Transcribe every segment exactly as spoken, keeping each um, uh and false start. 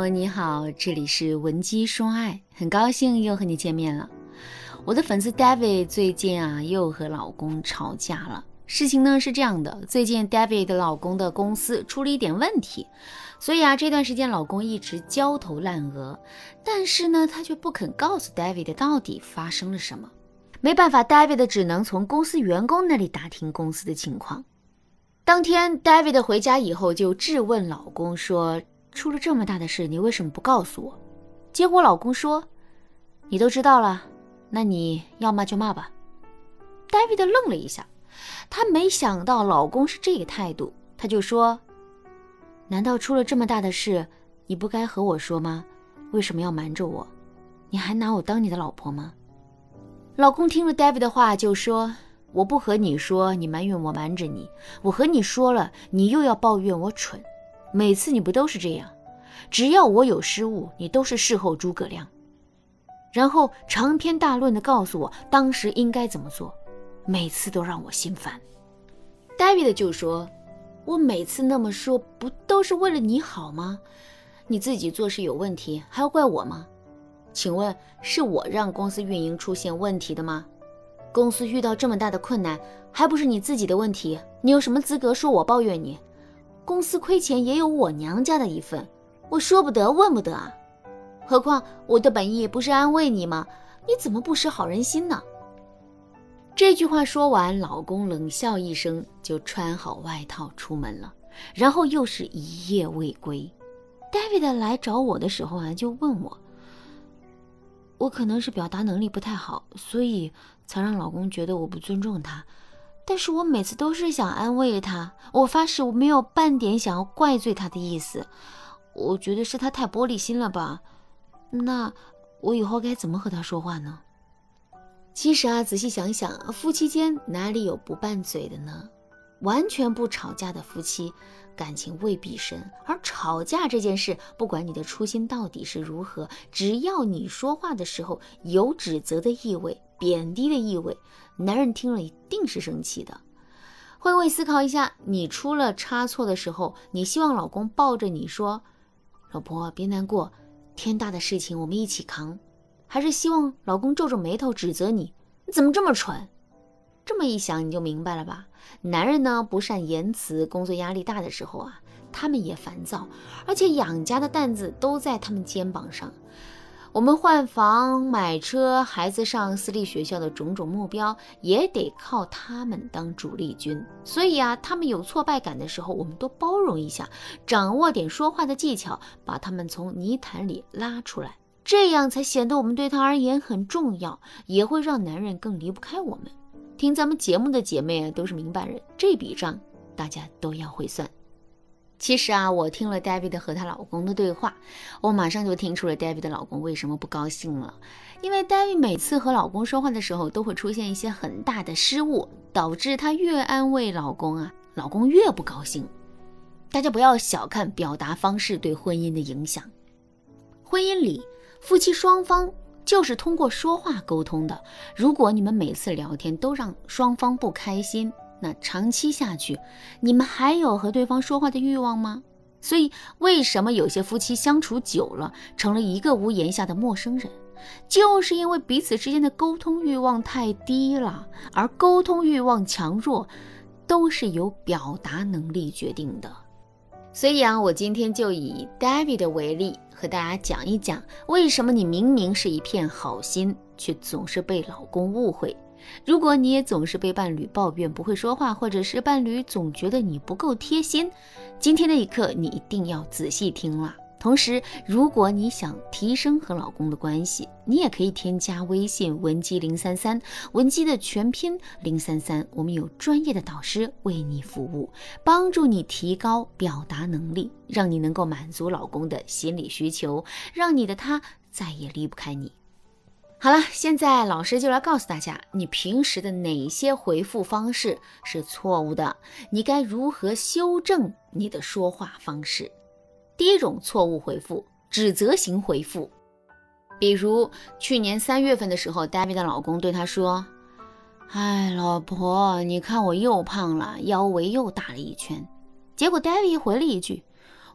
Hello， 你好，这里是文姬说爱，很高兴又和你见面了。我的粉丝 David 最近啊又和老公吵架了。事情呢是这样的，最近 David 的老公的公司出了一点问题，所以啊这段时间老公一直焦头烂额，但是呢他却不肯告诉 David 到底发生了什么。没办法 David 只能从公司员工那里打听公司的情况。当天 David 回家以后就质问老公说，出了这么大的事，你为什么不告诉我？结果老公说，你都知道了，那你要骂就骂吧。 David 愣了一下，他没想到老公是这个态度，他就说，难道出了这么大的事你不该和我说吗？为什么要瞒着我？你还拿我当你的老婆吗？老公听了 David 的话就说，我不和你说，你埋怨我瞒着你，我和你说了，你又要抱怨我蠢，每次你不都是这样？只要我有失误，你都是事后诸葛亮。然后长篇大论地告诉我当时应该怎么做，每次都让我心烦。 David 就说，我每次那么说不都是为了你好吗？你自己做事有问题还要怪我吗？请问是我让公司运营出现问题的吗？公司遇到这么大的困难还不是你自己的问题，你有什么资格说我抱怨你？公司亏钱也有我娘家的一份，我说不得问不得啊。何况我的本意不是安慰你吗？你怎么不识好人心呢？这句话说完，老公冷笑一声就穿好外套出门了，然后又是一夜未归。 David 来找我的时候啊，就问我，我可能是表达能力不太好，所以才让老公觉得我不尊重他，但是我每次都是想安慰他，我发誓我没有半点想要怪罪他的意思，我觉得是他太玻璃心了吧。那我以后该怎么和他说话呢？其实啊，仔细想想，夫妻间哪里有不拌嘴的呢？完全不吵架的夫妻感情未必深，而吵架这件事，不管你的初心到底是如何，只要你说话的时候有指责的意味、贬低的意味，男人听了一定是生气的。换位思考一下，你出了差错的时候，你希望老公抱着你说，老婆别难过，天大的事情我们一起扛，还是希望老公皱着眉头指责你，你怎么这么蠢？这么一想你就明白了吧。男人呢不善言辞，工作压力大的时候啊，他们也烦躁，而且养家的担子都在他们肩膀上。我们换房、买车、孩子上私立学校的种种目标，也得靠他们当主力军。所以啊，他们有挫败感的时候，我们多包容一下，掌握点说话的技巧，把他们从泥潭里拉出来，这样才显得我们对他而言很重要，也会让男人更离不开我们。听咱们节目的姐妹啊，都是明白人，这笔账大家都要会算。其实啊，我听了 David 和她老公的对话，我马上就听出了 David 的老公为什么不高兴了。因为 David 每次和老公说话的时候，都会出现一些很大的失误，导致他越安慰老公啊，老公越不高兴。大家不要小看表达方式对婚姻的影响。婚姻里，夫妻双方就是通过说话沟通的。如果你们每次聊天都让双方不开心，那长期下去，你们还有和对方说话的欲望吗？所以为什么有些夫妻相处久了，成了一个屋檐下的陌生人？就是因为彼此之间的沟通欲望太低了，而沟通欲望强弱，都是由表达能力决定的。所以啊，我今天就以 David 为例，和大家讲一讲，为什么你明明是一片好心，却总是被老公误会。如果你也总是被伴侣抱怨不会说话，或者是伴侣总觉得你不够贴心，今天的一课你一定要仔细听了。同时，如果你想提升和老公的关系，你也可以添加微信文姬零三三，文姬的全拼零三三，我们有专业的导师为你服务，帮助你提高表达能力，让你能够满足老公的心理需求，让你的他再也离不开你。好了，现在老师就来告诉大家，你平时的哪些回复方式是错误的，你该如何修正你的说话方式。第一种错误回复，指责型回复。比如去年三月份的时候 David 的老公对她说，哎，老婆，你看我又胖了，腰围又大了一圈。结果 David 回了一句，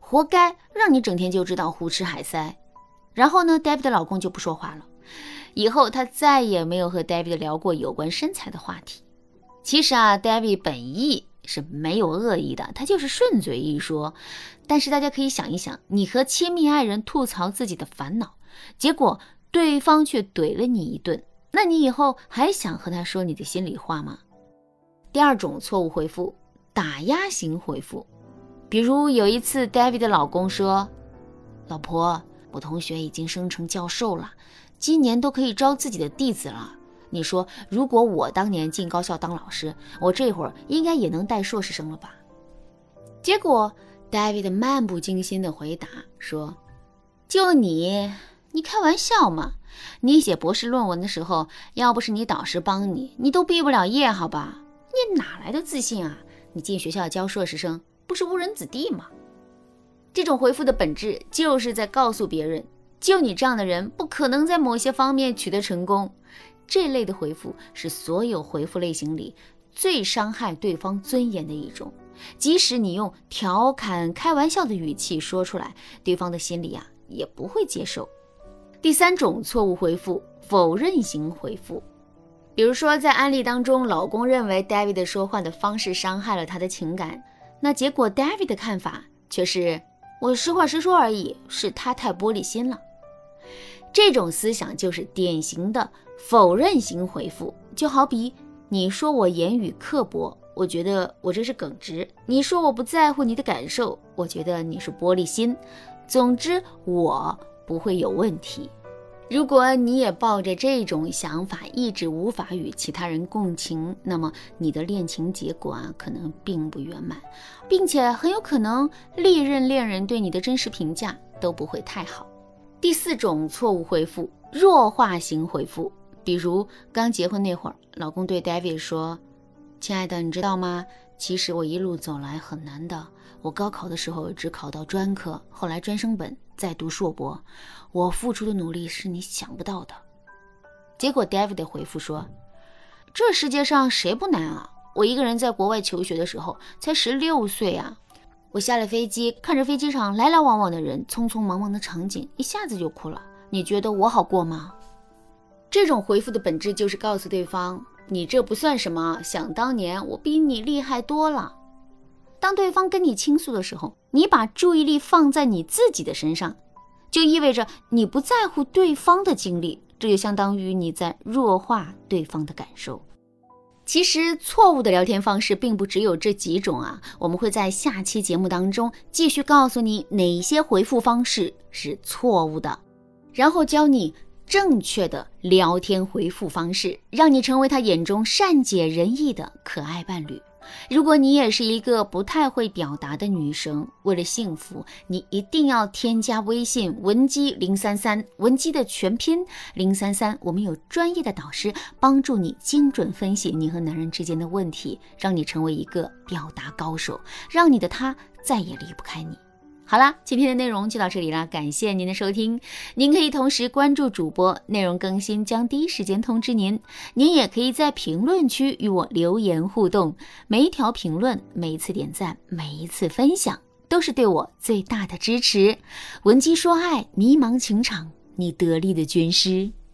活该，让你整天就知道胡吃海塞。然后呢 David 的老公就不说话了，以后他再也没有和 David 聊过有关身材的话题。其实啊 David 本意是没有恶意的，他就是顺嘴一说。但是大家可以想一想，你和亲密爱人吐槽自己的烦恼，结果对方却怼了你一顿，那你以后还想和他说你的心里话吗？第二种错误回复，打压型回复。比如有一次 David 的老公说，老婆，我同学已经升成教授了，今年都可以招自己的弟子了，你说如果我当年进高校当老师，我这会儿应该也能带硕士生了吧？结果 David 漫不经心地回答说，就你你开玩笑吗？你写博士论文的时候，要不是你导师帮你，你都毕不了业好吧？你哪来的自信啊？你进学校教硕士生，不是误人子弟吗？这种回复的本质就是在告诉别人，就你这样的人不可能在某些方面取得成功。这类的回复是所有回复类型里最伤害对方尊严的一种，即使你用调侃开玩笑的语气说出来，对方的心里啊也不会接受。第三种错误回复，否认型回复。比如说在案例当中，老公认为 David 说话的方式伤害了他的情感，那结果 David 的看法却是，我实话实说而已，是他太玻璃心了。这种思想就是典型的否认型回复，就好比你说我言语刻薄，我觉得我这是耿直；你说我不在乎你的感受，我觉得你是玻璃心。总之我不会有问题。如果你也抱着这种想法，一直无法与其他人共情，那么你的恋情结果啊，可能并不圆满，并且很有可能历任恋人对你的真实评价都不会太好。第四种错误回复，弱化型回复。比如刚结婚那会儿，老公对 David 说，亲爱的，你知道吗？其实我一路走来很难的，我高考的时候只考到专科，后来专升本，再读硕博，我付出的努力是你想不到的。结果 David 的回复说，这世界上谁不难啊？我一个人在国外求学的时候才十六岁啊，我下了飞机，看着飞机上来来往往的人，匆匆忙忙的场景，一下子就哭了。你觉得我好过吗？这种回复的本质就是告诉对方，你这不算什么，想当年我比你厉害多了。当对方跟你倾诉的时候，你把注意力放在你自己的身上，就意味着你不在乎对方的经历，这就相当于你在弱化对方的感受。其实错误的聊天方式并不只有这几种啊，我们会在下期节目当中继续告诉你哪些回复方式是错误的，然后教你正确的聊天回复方式，让你成为他眼中善解人意的可爱伴侣。如果你也是一个不太会表达的女生，为了幸福，你一定要添加微信文姬零三三，文姬的全拼零三三，我们有专业的导师帮助你精准分析你和男人之间的问题，让你成为一个表达高手，让你的他再也离不开你。好啦，今天的内容就到这里啦，感谢您的收听。您可以同时关注主播，内容更新将第一时间通知您。您也可以在评论区与我留言互动，每一条评论，每一次点赞，每一次分享，都是对我最大的支持。文姬说爱，迷茫情场，你得力的军师。